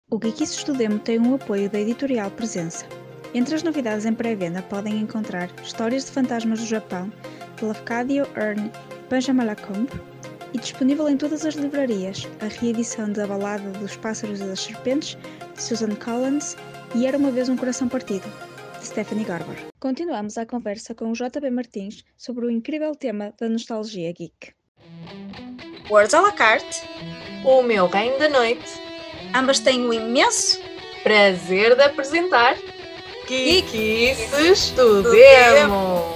O Geekices do Demo tem um apoio da editorial Presença. Entre as novidades em pré-venda podem encontrar Histórias de Fantasmas do Japão, de Lafcadio Hearn e Benjamin Lacombe, e disponível em todas as livrarias, a reedição da Balada dos Pássaros e das Serpentes, de Susan Collins, e Era uma Vez um Coração Partido, de Stephanie Garber. Continuamos a conversa com o JB Martins sobre o incrível tema da nostalgia geek. Words à la carte, O Meu Reino da Noite, ambas têm o imenso prazer de apresentar Geekices do do Demo.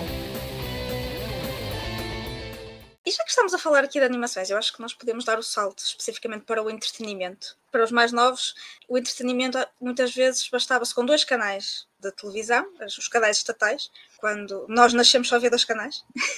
E já que estamos a falar aqui de animações, eu acho que nós podemos dar o salto especificamente para o entretenimento. Para os mais novos, o entretenimento muitas vezes bastava-se com 2 canais de televisão, os canais estatais. Quando nós nascemos só havia 2 canais.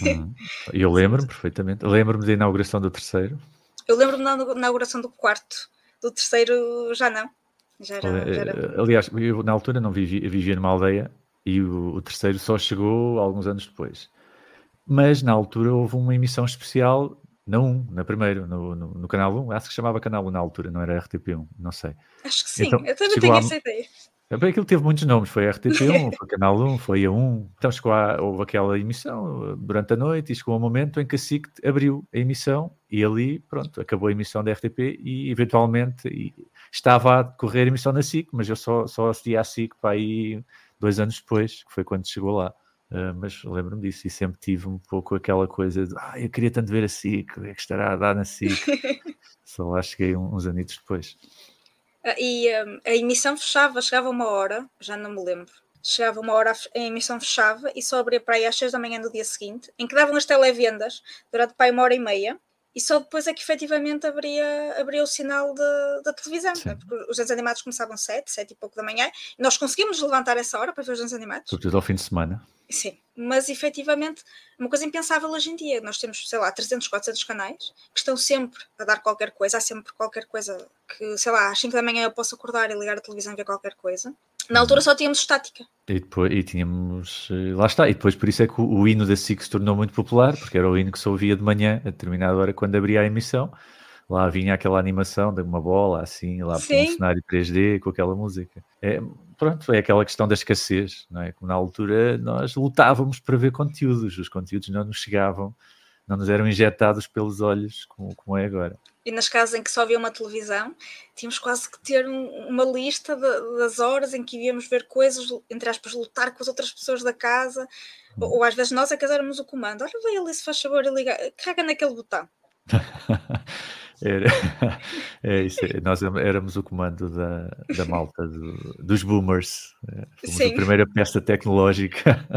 Eu lembro-me perfeitamente. Lembro-me da inauguração do terceiro. Eu lembro-me da inauguração do 4º, do 3º já não. Já era. Aliás, eu na altura não vivia numa aldeia e o terceiro só chegou alguns anos depois. Mas na altura houve uma emissão especial na primeiro, no Canal 1. Acho que se chamava Canal 1 na altura, não era RTP1, não sei. Acho que sim, Então, eu também tenho essa ideia. Aquilo teve muitos nomes, foi RTP1, foi Canal 1, foi A1. Então houve aquela emissão durante a noite e chegou um momento em que a SIC abriu a emissão e ali, pronto, acabou a emissão da RTP e eventualmente estava a decorrer a emissão na SIC, mas eu só assistia à SIC para aí 2 anos depois, que foi quando chegou lá. Mas lembro-me disso e sempre tive um pouco aquela coisa de eu queria tanto ver a SIC, o que é que estará a dar na SIC? Só lá cheguei uns anitos depois. E a emissão fechava, chegava 1h, já não me lembro. Chegava 1h, a emissão fechava e só abria para aí às 6 da manhã do dia seguinte, em que davam as televendas durante para aí 1h30 e só depois é que efetivamente abria o sinal da televisão, né? Porque os desenhos animados começavam 7 e pouco da manhã e nós conseguimos levantar essa hora para ver os desenhos animados. Sobretudo ao fim de semana. Sim, mas efetivamente uma coisa impensável hoje em dia. Nós temos, sei lá, 300, 400 canais que estão sempre a dar qualquer coisa. Há sempre qualquer coisa que, sei lá, às 5 da manhã eu posso acordar e ligar a televisão e ver qualquer coisa. Na altura só tínhamos estática. E tínhamos, lá está, e depois por isso é que o hino da SIC se tornou muito popular, porque era o hino que se ouvia de manhã, a determinada hora, quando abria a emissão. Lá vinha aquela animação de uma bola, assim, lá para um cenário 3D, com aquela música. Pronto, é aquela questão da escassez, não é? Como na altura nós lutávamos para ver conteúdos, os conteúdos não nos chegavam, não nos eram injetados pelos olhos, como é agora. E nas casas em que só havia uma televisão, tínhamos quase que ter uma lista das horas em que íamos ver coisas, entre aspas, lutar com as outras pessoas da casa, ou às vezes nós é que éramos o comando. Olha, vai ali, se faz favor, e liga, carrega naquele botão. Isso, nós éramos o comando da malta dos boomers. Fomos a primeira peça tecnológica.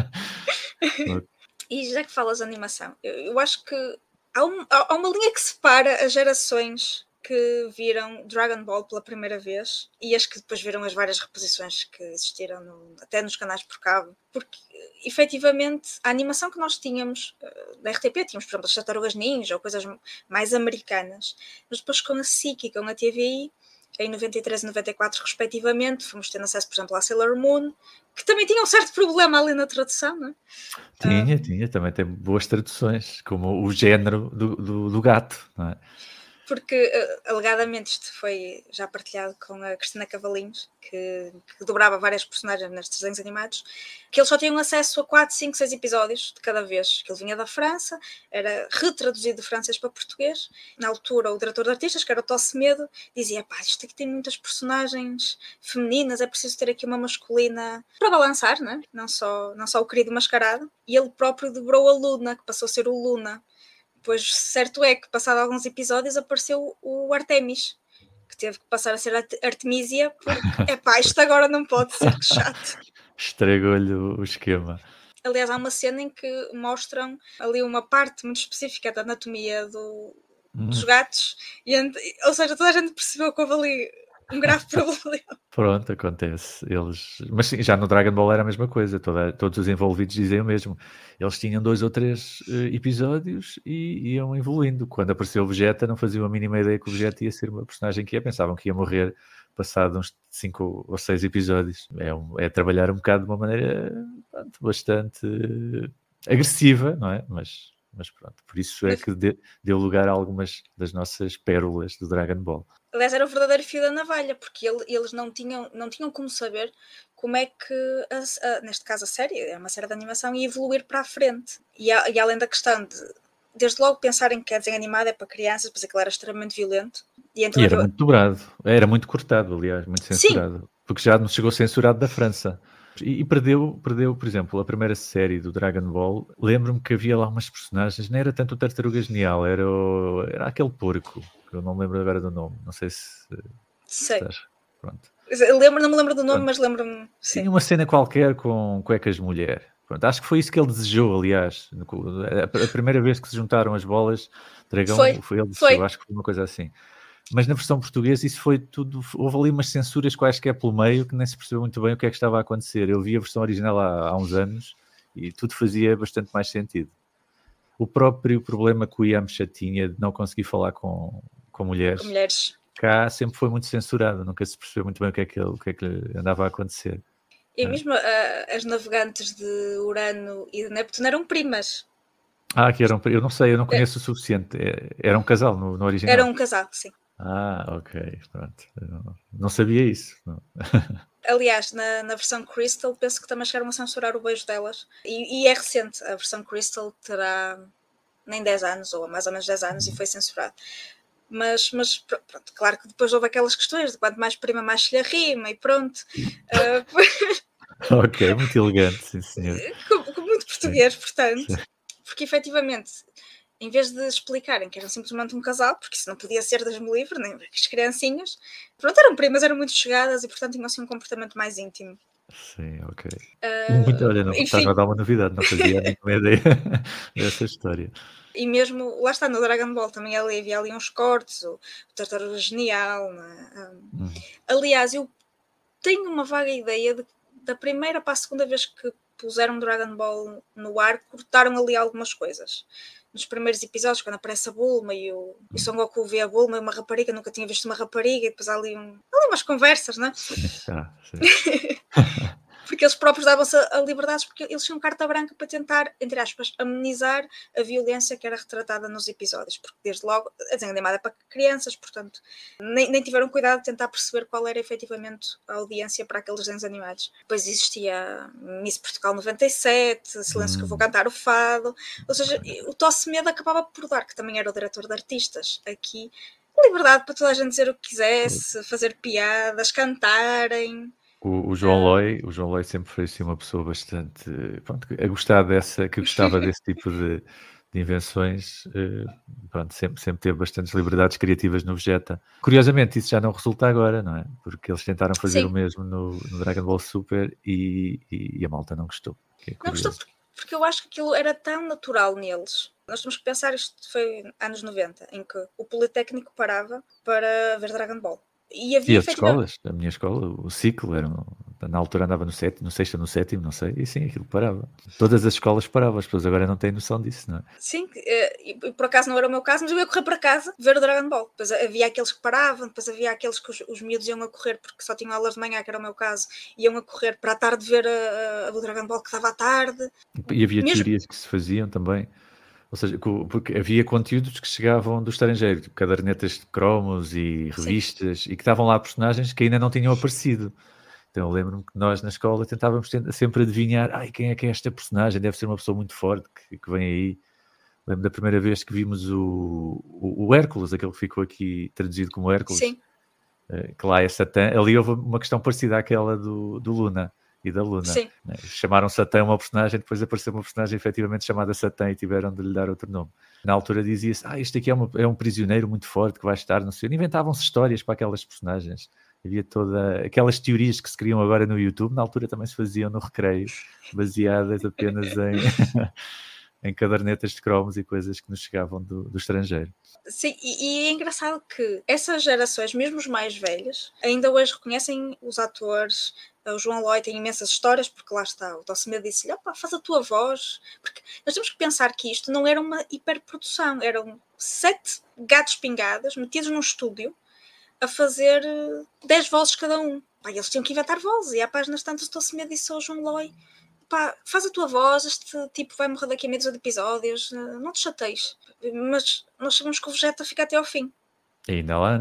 E já que falas de animação, eu acho que há uma linha que separa as gerações que viram Dragon Ball pela primeira vez e as que depois viram as várias reposições que existiram até nos canais por cabo, porque efetivamente a animação que nós tínhamos da RTP, tínhamos por exemplo as Tartarugas Ninja ou coisas mais americanas, mas depois com a SIC e com a TVI em 93 e 94 respectivamente, fomos tendo acesso por exemplo à Sailor Moon, que também tinha um certo problema ali na tradução, não é? Tinha, também tem boas traduções, como o género do gato, não é? Porque, alegadamente, isto foi já partilhado com a Cristina Cavalinhos, que dobrava várias personagens nestes desenhos animados, que eles só tinham acesso a 4, 5, 6 episódios de cada vez. Que ele vinha da França, era retraduzido de francês para português. Na altura, o diretor de artistas, que era o Tosse Medo, dizia, isto aqui tem muitas personagens femininas, é preciso ter aqui uma masculina para balançar, não é? Não só o querido mascarado. E ele próprio dobrou a Luna, que passou a ser o Luna. Pois certo é que, passado alguns episódios, apareceu o Artemis, que teve que passar a ser Artemisia, porque, isto agora não pode ser, que chato. Estragou-lhe o esquema. Aliás, há uma cena em que mostram ali uma parte muito específica da anatomia dos gatos, ou seja, toda a gente percebeu que houve ali um grave problema. Pronto, acontece. Mas sim, já no Dragon Ball era a mesma coisa, todos os envolvidos dizem o mesmo. Eles tinham 2 ou 3 episódios e iam evoluindo. Quando apareceu o Vegeta, não faziam a mínima ideia que o Vegeta ia ser uma personagem que pensavam que ia morrer passado uns 5 ou 6 episódios. É trabalhar um bocado de uma maneira bastante agressiva, não é? Mas pronto, por isso é que deu lugar a algumas das nossas pérolas do Dragon Ball. Aliás, era o verdadeiro fio da navalha, porque eles não tinham como saber como é que, neste caso a série, é uma série de animação, ia evoluir para a frente. E além da questão de, desde logo, pensarem que é desenho animado, é para crianças, pois aquilo era extremamente violento. E então E era muito dobrado, era muito cortado, aliás, muito censurado. Sim. Porque já nos chegou censurado da França. E perdeu, por exemplo, a primeira série do Dragon Ball. Lembro-me que havia lá umas personagens, não era tanto o Tartaruga Genial, era aquele porco, que eu não me lembro agora do nome. Não sei se estás. Pronto. Não me lembro do nome, mas lembro-me. Tinha uma cena qualquer com cuecas de mulher. Pronto, acho que foi isso que ele desejou, aliás. A primeira vez que se juntaram as bolas, Dragão, foi ele que desejou, acho que foi uma coisa assim. Mas na versão portuguesa isso foi tudo, houve ali umas censuras quaisquer pelo meio que nem se percebeu muito bem o que é que estava a acontecer. Eu vi a versão original há uns anos e tudo fazia bastante mais sentido. O próprio problema que o Yamcha tinha de não conseguir falar com mulheres, cá sempre foi muito censurado, nunca se percebeu muito bem o que é que lhe andava a acontecer. E mesmo as navegantes de Urano e de Neptuno eram primas. Que eram, eu não sei, eu não conheço o suficiente. Era um casal no original? Era um casal, sim. Ok, pronto. Não sabia isso. Não. Aliás, na versão Crystal, penso que também chegaram a censurar o beijo delas. E é recente, a versão Crystal terá nem 10 anos, ou mais ou menos 10 anos, e foi censurado. Mas pronto, claro que depois houve aquelas questões de quanto mais prima, mais se lhe rima, e pronto. Ok, muito elegante, sim senhor. Com muito português, portanto. Porque efetivamente, em vez de explicarem que eram simplesmente um casal, porque isso não podia ser Deus-me livre, nem as criancinhas, pronto, eram primas, eram muito chegadas e portanto tinham assim um comportamento mais íntimo. Sim, ok. Olha, não estás-me a dar uma novidade, não fazia a mínima ideia dessa história. E mesmo, lá está, no Dragon Ball também havia ali uns cortes, o Tartaruga Genial. Aliás, eu tenho uma vaga ideia da primeira para a segunda vez que puseram Dragon Ball no ar, cortaram ali algumas coisas. Nos primeiros episódios, quando aparece a Bulma e o Son Goku vê a Bulma e uma rapariga, nunca tinha visto uma rapariga, e depois há ali umas conversas, não é? Sim. Porque eles próprios davam-se a liberdades, porque eles tinham carta branca para tentar, entre aspas, amenizar a violência que era retratada nos episódios, porque desde logo a desenho animado é para crianças, portanto nem tiveram cuidado de tentar perceber qual era efetivamente a audiência para aqueles desenhos animados. Depois existia Miss Portugal 97, Silêncio que eu vou cantar o fado, ou seja, o Tosse Medo acabava por dar, que também era o diretor de artistas aqui, liberdade para toda a gente dizer o que quisesse, fazer piadas, cantarem. O João Loi sempre foi assim uma pessoa bastante, pronto, a gostar que gostava desse tipo de invenções, pronto, sempre teve bastantes liberdades criativas no Vegeta. Curiosamente isso já não resulta agora, não é? Porque eles tentaram fazer o mesmo no Dragon Ball Super e a malta não gostou. Não gostou porque eu acho que aquilo era tão natural neles. Nós temos que pensar, isto foi anos 90, em que o Politécnico parava para ver Dragon Ball. E havia as escolas, a minha escola, o ciclo, na altura andava no sexto ou no sétimo, não sei, e sim, aquilo parava. Todas as escolas paravam, as pessoas agora não têm noção disso, não é? Sim, e por acaso não era o meu caso, mas eu ia correr para casa ver o Dragon Ball. Depois havia aqueles que paravam, depois havia aqueles que os miúdos iam a correr porque só tinham aulas de manhã, que era o meu caso, iam a correr para a tarde ver o Dragon Ball que dava à tarde. E havia teorias que se faziam também. Ou seja, porque havia conteúdos que chegavam do estrangeiro, tipo cadernetas de cromos e revistas, e que estavam lá personagens que ainda não tinham aparecido. Então eu lembro-me que nós na escola tentávamos sempre adivinhar, quem é esta personagem? Deve ser uma pessoa muito forte que vem aí. Lembro da primeira vez que vimos o Hércules, aquele que ficou aqui traduzido como Hércules. Sim. Que lá é Satã. Ali houve uma questão parecida àquela do Luna e da Luna. Sim. Né? Chamaram Satã uma personagem, depois apareceu uma personagem efetivamente chamada Satã e tiveram de lhe dar outro nome. Na altura dizia-se, este aqui é um prisioneiro muito forte que vai estar, não sei. Inventavam-se histórias para aquelas personagens. Havia toda aquelas teorias que se criam agora no YouTube, na altura também se faziam no recreio, baseadas apenas em cadernetas de cromos e coisas que nos chegavam do estrangeiro. Sim, e é engraçado que essas gerações, mesmo os mais velhos, ainda hoje reconhecem os atores. O João Loi tem imensas histórias, porque lá está, o Tosse Medo disse-lhe, faz a tua voz, porque nós temos que pensar que isto não era uma hiperprodução, eram 7 gatos pingados metidos num estúdio a fazer 10 vozes cada um. Eles tinham que inventar vozes, e há páginas tantas o Tosse Medo disse ao João Loi, faz a tua voz, este tipo vai morrer daqui a meio de episódios, não te chateies. Mas nós sabemos que o Vegeta fica até ao fim. E ainda lá anda.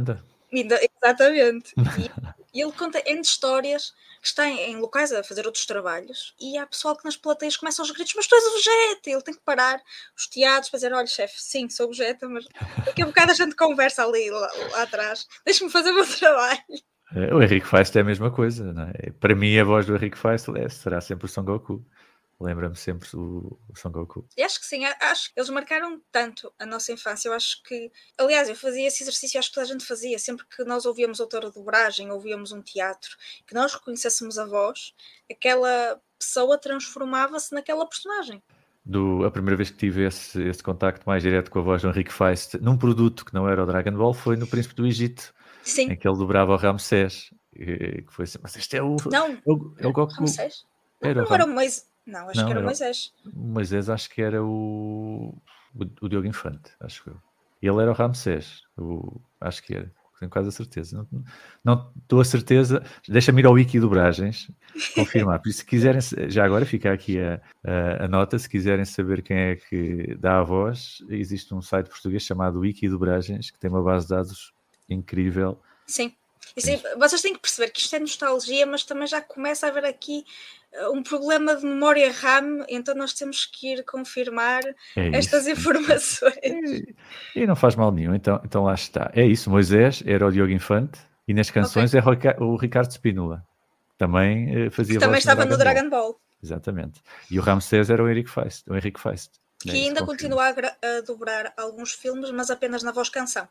Exatamente. E ele conta N histórias que está em locais a fazer outros trabalhos e há pessoal que nas plateias começa aos gritos, mas tu és o Vegeta! Ele tem que parar os teatros para dizer, olha chefe, sim, sou o Vegeta, mas daqui a bocado a gente conversa ali, lá atrás, deixa-me fazer o meu trabalho. O Henrique Feist é a mesma coisa, não é? Para mim a voz do Henrique Feist será sempre o Son Goku. Lembra-me sempre o Son Goku. E acho que sim, acho que eles marcaram tanto a nossa infância. Eu acho que, aliás, eu fazia esse exercício, acho que toda a gente fazia, sempre que nós ouvíamos outra dobragem, ouvíamos um teatro, que nós reconhecêssemos a voz, aquela pessoa transformava-se naquela personagem. A primeira vez que tive esse contacto mais direto com a voz do Henrique Feist num produto que não era o Dragon Ball foi no Príncipe do Egito, sim. em que ele dobrava o Ramsés, que foi assim, mas este é o... Não, é o Goku. Ramsés? Era não era o Moisés. Não, acho que era o Moisés. O Moisés acho que era o Diogo Infante, acho que eu. Ele era o Ramsés, acho que era. Tenho quase a certeza. Não estou a certeza. Deixa-me ir ao Wiki Dobragens confirmar. Por isso, se quiserem, já agora fica aqui a nota, se quiserem saber quem é que dá a voz, existe um site português chamado Wiki Dobragens, que tem uma base de dados incrível. Sim. Vocês têm que perceber que isto é nostalgia, mas também já começa a haver aqui um problema de memória RAM, então nós temos que ir confirmar estas informações. E não faz mal nenhum, então lá está. É isso, Moisés era o Diogo Infante e nas canções é o Ricardo Spínola. Também fazia que também estava no Dragon Ball. Exatamente. E o Ramsés era o Henrique Feist. Que ainda continua a dobrar alguns filmes, mas apenas na voz canção.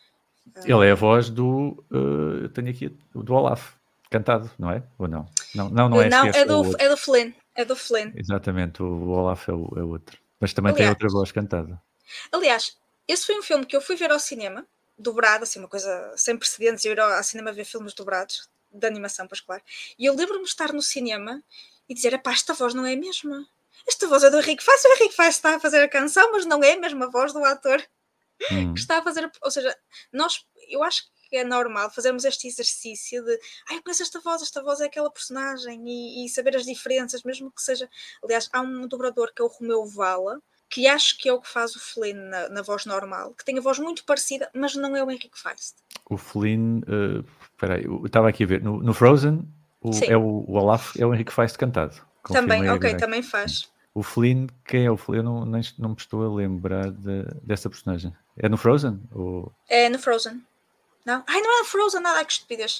Ele é a voz do... tenho aqui do Olaf, cantado, não é? Ou não? Não é. Não, é do Flynn. É do Flynn. Exatamente, o Olaf é outro. Mas também tem outra voz cantada. Aliás, esse foi um filme que eu fui ver ao cinema, dobrado, assim, uma coisa sem precedentes, eu ir ao cinema ver filmes dobrados, de animação, pois claro. E eu lembro-me de estar no cinema e dizer, epá, esta voz não é a mesma. Esta voz é do Henrique Feist, o Henrique Feist está a fazer a canção, mas não é a mesma voz do ator que está a fazer, ou seja, eu acho que é normal fazermos este exercício de eu conheço esta voz é aquela personagem e saber as diferenças, mesmo que seja, aliás, há um dobrador que é o Romeu Vala, que acho que é o que faz o Flynn na voz normal, que tem a voz muito parecida, mas não é o Henrique Feist. O Flynn, espera aí, eu estava aqui a ver, no Frozen, o Olaf é o Henrique Feist cantado. Também, também faz. O Flynn, quem é o Flynn? Eu não me estou a lembrar dessa personagem. É no Frozen? É no Frozen. Não? Não é no Frozen, nada, que estupidez.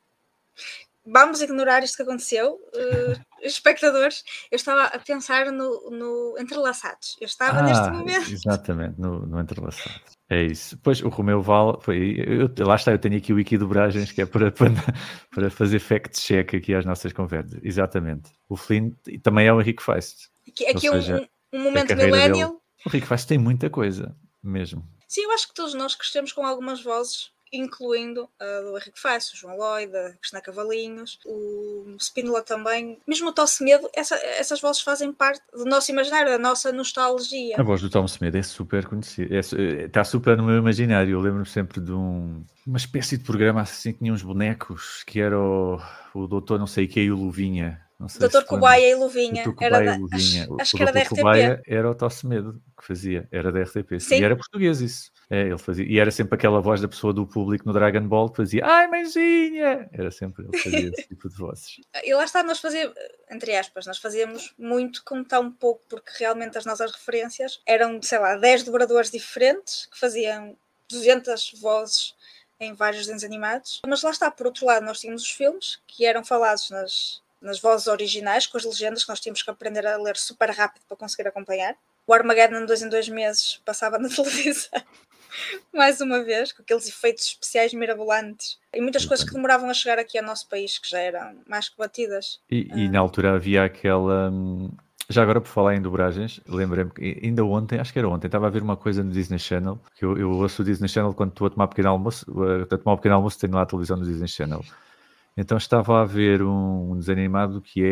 Vamos ignorar isto que aconteceu. Espectadores, eu estava a pensar no Entrelaçados. Eu estava neste momento. Exatamente, no Entrelaçados. É isso. Pois o Romeu Val, lá está, eu tenho aqui o Wiki Dobragens, que é para fazer fact-check aqui às nossas conversas. Exatamente. O Flynn também é o Henrique Feist. Aqui um momento millennial. O Henrique Feist tem muita coisa, mesmo. Sim, eu acho que todos nós crescemos com algumas vozes, incluindo a do Henrique Feist, o João Loida, a Cristina Cavalinhos, o Spínola também. Mesmo o Tom Semedo, essas vozes fazem parte do nosso imaginário, da nossa nostalgia. A voz do Tom Semedo é super conhecida, está super no meu imaginário. Eu lembro-me sempre de uma espécie de programa assim que tinha uns bonecos, que era o Doutor não sei o que e o Luvinha. Doutor Cobaia e Luvinha. Acho que era da RTP. Cobaia era o Tom Semedo que fazia, era da RTP. Sim. E era português isso. Ele fazia, e era sempre aquela voz da pessoa do público no Dragon Ball que fazia ai, mãezinha! Era sempre ele fazia esse tipo de vozes. E lá está, nós fazíamos, entre aspas, nós fazíamos muito com tão pouco, porque realmente as nossas referências eram, sei lá, 10 dobradores diferentes que faziam 200 vozes em vários desenhos animados. Mas lá está, por outro lado, nós tínhamos os filmes que eram falados nas vozes originais, com as legendas que nós tínhamos que aprender a ler super rápido para conseguir acompanhar. O Armageddon 2 em 2 meses passava na televisão mais uma vez, com aqueles efeitos especiais mirabolantes e muitas coisas que demoravam a chegar aqui ao nosso país, que já eram mais que batidas. E na altura havia aquela... Já agora, por falar em dobragens, lembrei-me que ainda ontem, acho que era ontem, estava a ver uma coisa no Disney Channel, que eu ouço o Disney Channel quando estou a tomar um pequeno almoço, tenho lá a televisão do Disney Channel. Então estava a ver um desenho animado que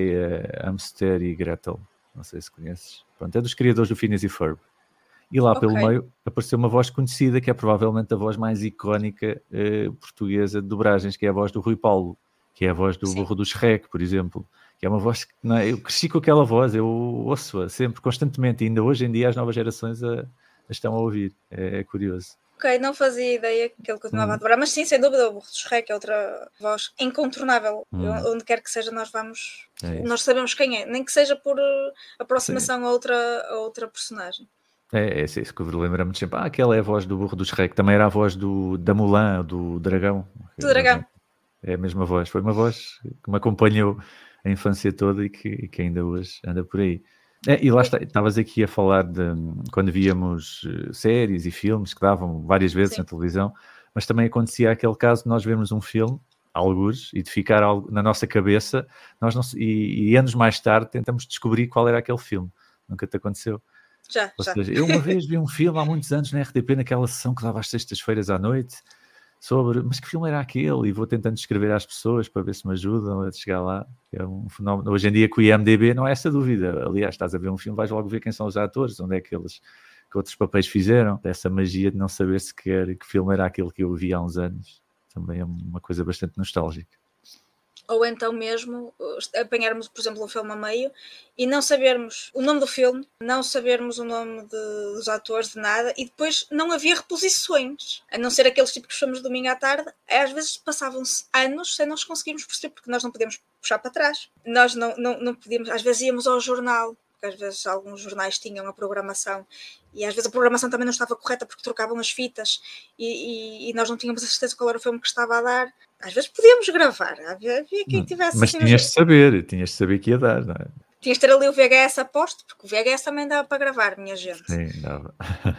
é Hamster e Gretel. Não sei se conheces. Pronto, é dos criadores do Phineas e Ferb. E lá pelo meio apareceu uma voz conhecida, que é provavelmente a voz mais icónica portuguesa de dobragens, que é a voz do Rui Paulo, que é a voz do burro do Shrek, por exemplo. Que é uma voz que... Não, eu cresci com aquela voz, eu ouço-a sempre, constantemente. E ainda hoje em dia as novas gerações a estão a ouvir. É curioso. Ok, não fazia ideia que ele continuava a dobrar, mas sim, sem dúvida, o Burro do Shrek é outra voz incontornável. Onde quer que seja, nós vamos. Nós sabemos quem é, nem que seja por aproximação a outra personagem. É isso que eu lembro-me sempre. Aquela é a voz do Burro do Shrek, também era a voz da Mulan, do dragão. Do dragão. É a mesma voz, foi uma voz que me acompanhou a infância toda e que ainda hoje anda por aí. E lá está, estavas aqui a falar de quando víamos séries e filmes que davam várias vezes na televisão, mas também acontecia aquele caso de nós vermos um filme, algures, e de ficar algo na nossa cabeça, e anos mais tarde tentamos descobrir qual era aquele filme. Nunca te aconteceu? Já. Seja, eu uma vez vi um filme há muitos anos na RTP, naquela sessão que dava às sextas-feiras à noite, mas que filme era aquele? E vou tentando escrever às pessoas para ver se me ajudam a chegar lá. É um fenómeno. Hoje em dia com o IMDB não há essa dúvida. Aliás, estás a ver um filme, vais logo ver quem são os atores, onde é que outros papéis fizeram. Essa magia de não saber sequer que filme era aquele que eu vi há uns anos. Também é uma coisa bastante nostálgica. Ou então mesmo apanharmos, por exemplo, um filme a meio e não sabermos o nome do filme, não sabermos o nome dos atores, de nada, e depois não havia reposições, a não ser aqueles tipos que chamamos de domingo à tarde. Às vezes passavam-se anos sem nós conseguirmos perceber, porque nós não podíamos puxar para trás. Nós não podíamos, às vezes íamos ao jornal, porque às vezes alguns jornais tinham a programação e às vezes a programação também não estava correta porque trocavam as fitas e nós não tínhamos a certeza qual era o filme que estava a dar. Às vezes podíamos gravar, havia quem tivesse... Mas assim, tinhas de saber que ia dar, não é? Tinhas de ter ali o VHS a posto, porque o VHS também dava para gravar, minha gente. Sim, dava.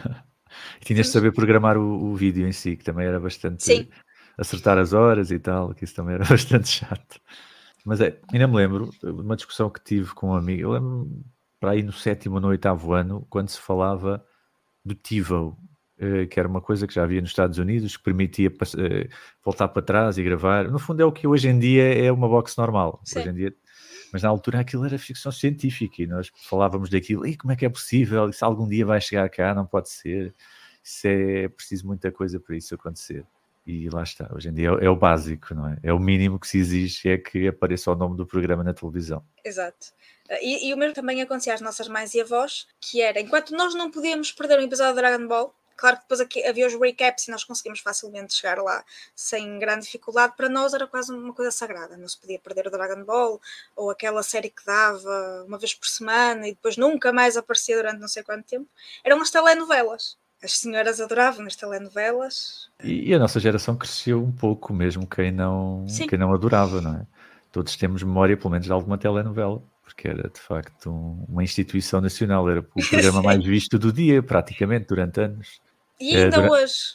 E tinhas de saber programar o vídeo em si, que também era bastante... Sim. Acertar as horas e tal, que isso também era bastante chato. Mas ainda me lembro de uma discussão que tive com um amigo, eu lembro-me para aí no 7º ou no 8º ano, quando se falava do TiVo, que era uma coisa que já havia nos Estados Unidos, que permitia voltar para trás e gravar. No fundo é o que hoje em dia é uma box normal. Sim. Hoje em dia, mas na altura aquilo era ficção científica e nós falávamos daquilo, e como é que é possível? Isso algum dia vai chegar cá, não pode ser. Isso é preciso muita coisa para isso acontecer. E lá está, hoje em dia é o básico, não é? É o mínimo que se exige, é que apareça o nome do programa na televisão. Exato. E o mesmo também acontecia às nossas mães e avós, que era, enquanto nós não podíamos perder um episódio de Dragon Ball, claro que depois aqui havia os recaps e nós conseguimos facilmente chegar lá sem grande dificuldade, para nós era quase uma coisa sagrada, não se podia perder o Dragon Ball, ou aquela série que dava uma vez por semana e depois nunca mais aparecia durante não sei quanto tempo, eram as telenovelas. As senhoras adoravam as telenovelas. E a nossa geração cresceu um pouco, mesmo quem não adorava, não é? Todos temos memória, pelo menos, de alguma telenovela, porque era, de facto, uma instituição nacional, era o programa mais visto do dia, praticamente, durante anos. E ainda hoje,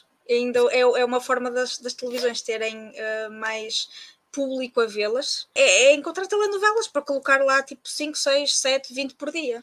é uma forma das televisões terem mais público a vê-las, é encontrar telenovelas para colocar lá, tipo, 5, 6, 7, 20 por dia.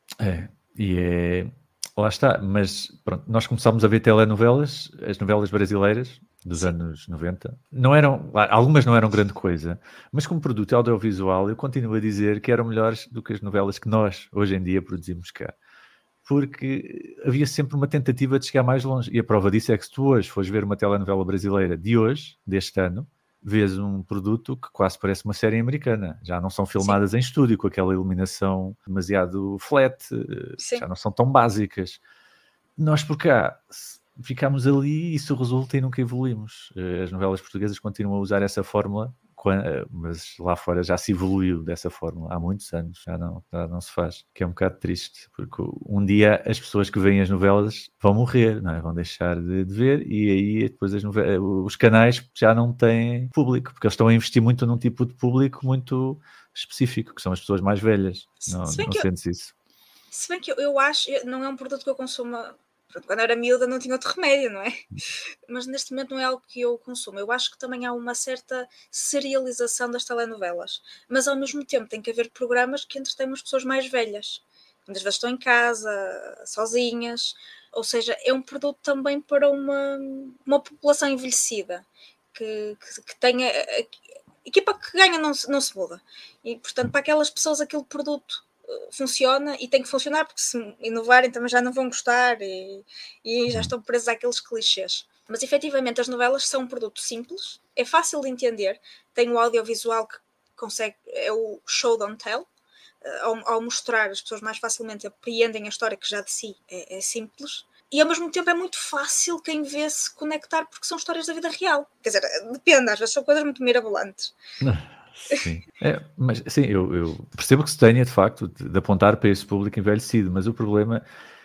Lá está, mas pronto, nós começámos a ver telenovelas, as novelas brasileiras dos anos 90. Algumas não eram grande coisa, mas como produto audiovisual eu continuo a dizer que eram melhores do que as novelas que nós hoje em dia produzimos cá. Porque havia sempre uma tentativa de chegar mais longe. E a prova disso é que se tu hoje fores ver uma telenovela brasileira de hoje, deste ano, vês um produto que quase parece uma série americana. Já não são filmadas em estúdio, com aquela iluminação demasiado flat, já não são tão básicas. Nós por cá ficámos ali e isso resulta e nunca evoluímos. As novelas portuguesas continuam a usar essa fórmula, mas lá fora já se evoluiu dessa fórmula há muitos anos, já não se faz, que é um bocado triste, porque um dia as pessoas que veem as novelas vão morrer, não é? Vão deixar de ver e aí depois os canais já não têm público, porque eles estão a investir muito num tipo de público muito específico, que são as pessoas mais velhas. Não sentes isso? Se bem que eu acho, não é um produto que eu consumo. Quando eu era miúda não tinha outro remédio, não é? Mas neste momento não é algo que eu consumo. Eu acho que também há uma certa serialização das telenovelas. Mas ao mesmo tempo tem que haver programas que entretêm as pessoas mais velhas. Muitas vezes estão em casa, sozinhas. Ou seja, é um produto também para uma população envelhecida. Que tenha... A equipa que ganha não se muda. E, portanto, para aquelas pessoas aquele produto funciona e tem que funcionar, porque se inovarem também já não vão gostar e já estão presos àqueles clichês. Mas efetivamente as novelas são um produto simples, é fácil de entender, tem o audiovisual que consegue, é o show don't tell, ao mostrar as pessoas mais facilmente apreendem a história que já de si é simples, e ao mesmo tempo é muito fácil quem vê se conectar porque são histórias da vida real. Quer dizer, depende, às vezes são coisas muito mirabolantes. Sim, mas sim, eu percebo que se tenha de facto de apontar para esse público envelhecido, mas o problema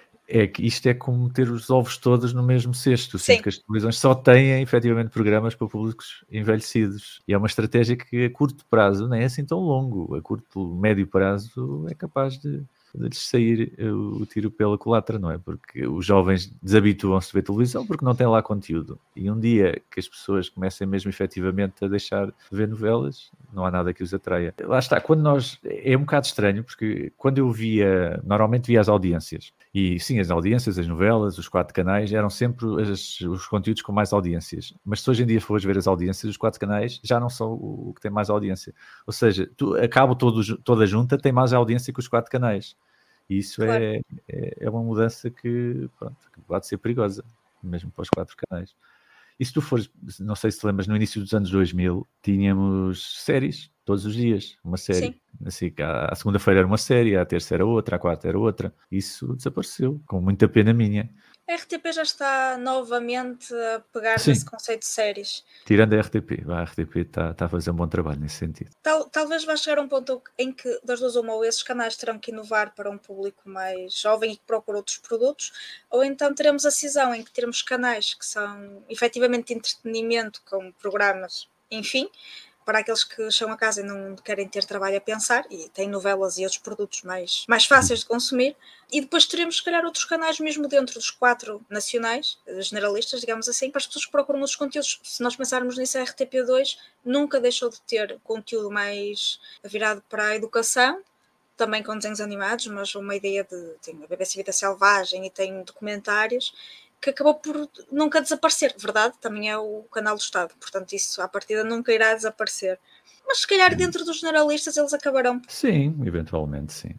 é que isto é como ter os ovos todos no mesmo cesto. Sim. Sinto que as televisões só têm efetivamente programas para públicos envelhecidos. E é uma estratégia que a curto prazo nem é assim tão longo. A curto, médio prazo é capaz de lhes sair o tiro pela culatra, não é? Porque os jovens desabituam-se de ver televisão porque não têm lá conteúdo. E um dia que as pessoas comecem mesmo efetivamente a deixar de ver novelas, não há nada que os atraia. Lá está, quando nós... É um bocado estranho, porque quando eu normalmente via as audiências, e sim, as audiências, as novelas, os 4 canais, eram sempre os conteúdos com mais audiências. Mas se hoje em dia fores ver as audiências, os 4 canais já não são o que tem mais audiência. Ou seja, a cabo toda junta tem mais audiência que os 4 canais. E isso Claro. é uma mudança que pode ser perigosa, mesmo para os 4 canais. E se tu fores, não sei se te lembras, no início dos anos 2000, tínhamos séries todos os dias, uma série. Sim. Assim, à segunda-feira era uma série, à terça era outra, à quarta era outra. Isso desapareceu, com muita pena minha. A RTP já está novamente a pegar Sim. nesse conceito de séries. Tirando a RTP, a RTP está a fazer um bom trabalho nesse sentido. Talvez vá chegar a um ponto em que, das duas uma, ou esses canais terão que inovar para um público mais jovem e que procura outros produtos, ou então teremos a cisão em que teremos canais que são efetivamente de entretenimento com programas, enfim, para aqueles que chegam a casa e não querem ter trabalho a pensar e têm novelas e outros produtos mais fáceis de consumir, e depois teremos se calhar outros canais mesmo dentro dos 4 nacionais, generalistas, digamos assim, para as pessoas que procuram outros conteúdos. Se nós pensarmos nisso, a RTP2 nunca deixou de ter conteúdo mais virado para a educação, também com desenhos animados, mas uma ideia tem a BBC Vida Selvagem e tem documentários, que acabou por nunca desaparecer, verdade? Também é o canal do Estado, portanto isso à partida nunca irá desaparecer. Mas se calhar dentro dos generalistas eles acabarão. Sim, eventualmente sim.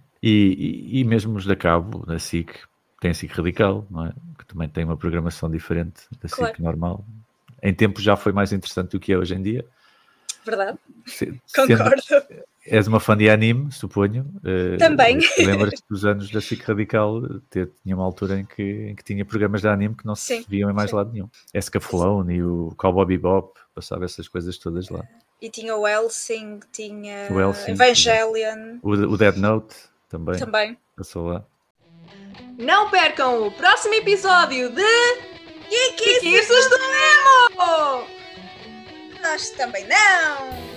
E mesmo os da cabo, da SIC, tem a SIC Radical, não é? Que também tem uma programação diferente da SIC normal. Em tempo já foi mais interessante do que é hoje em dia. Verdade, concordo. És uma fã de anime, suponho. Também. Lembras-te dos anos da SIC Radical? Tinha uma altura em que tinha programas de anime que não se viam em mais lado nenhum. Escaflowne e o Cowboy Bebop, passava essas coisas todas lá. E tinha o Hellsing, tinha Evangelion. O Dead Note também. Passou lá. Não percam o próximo episódio de Geekices do Emo! Nós também não!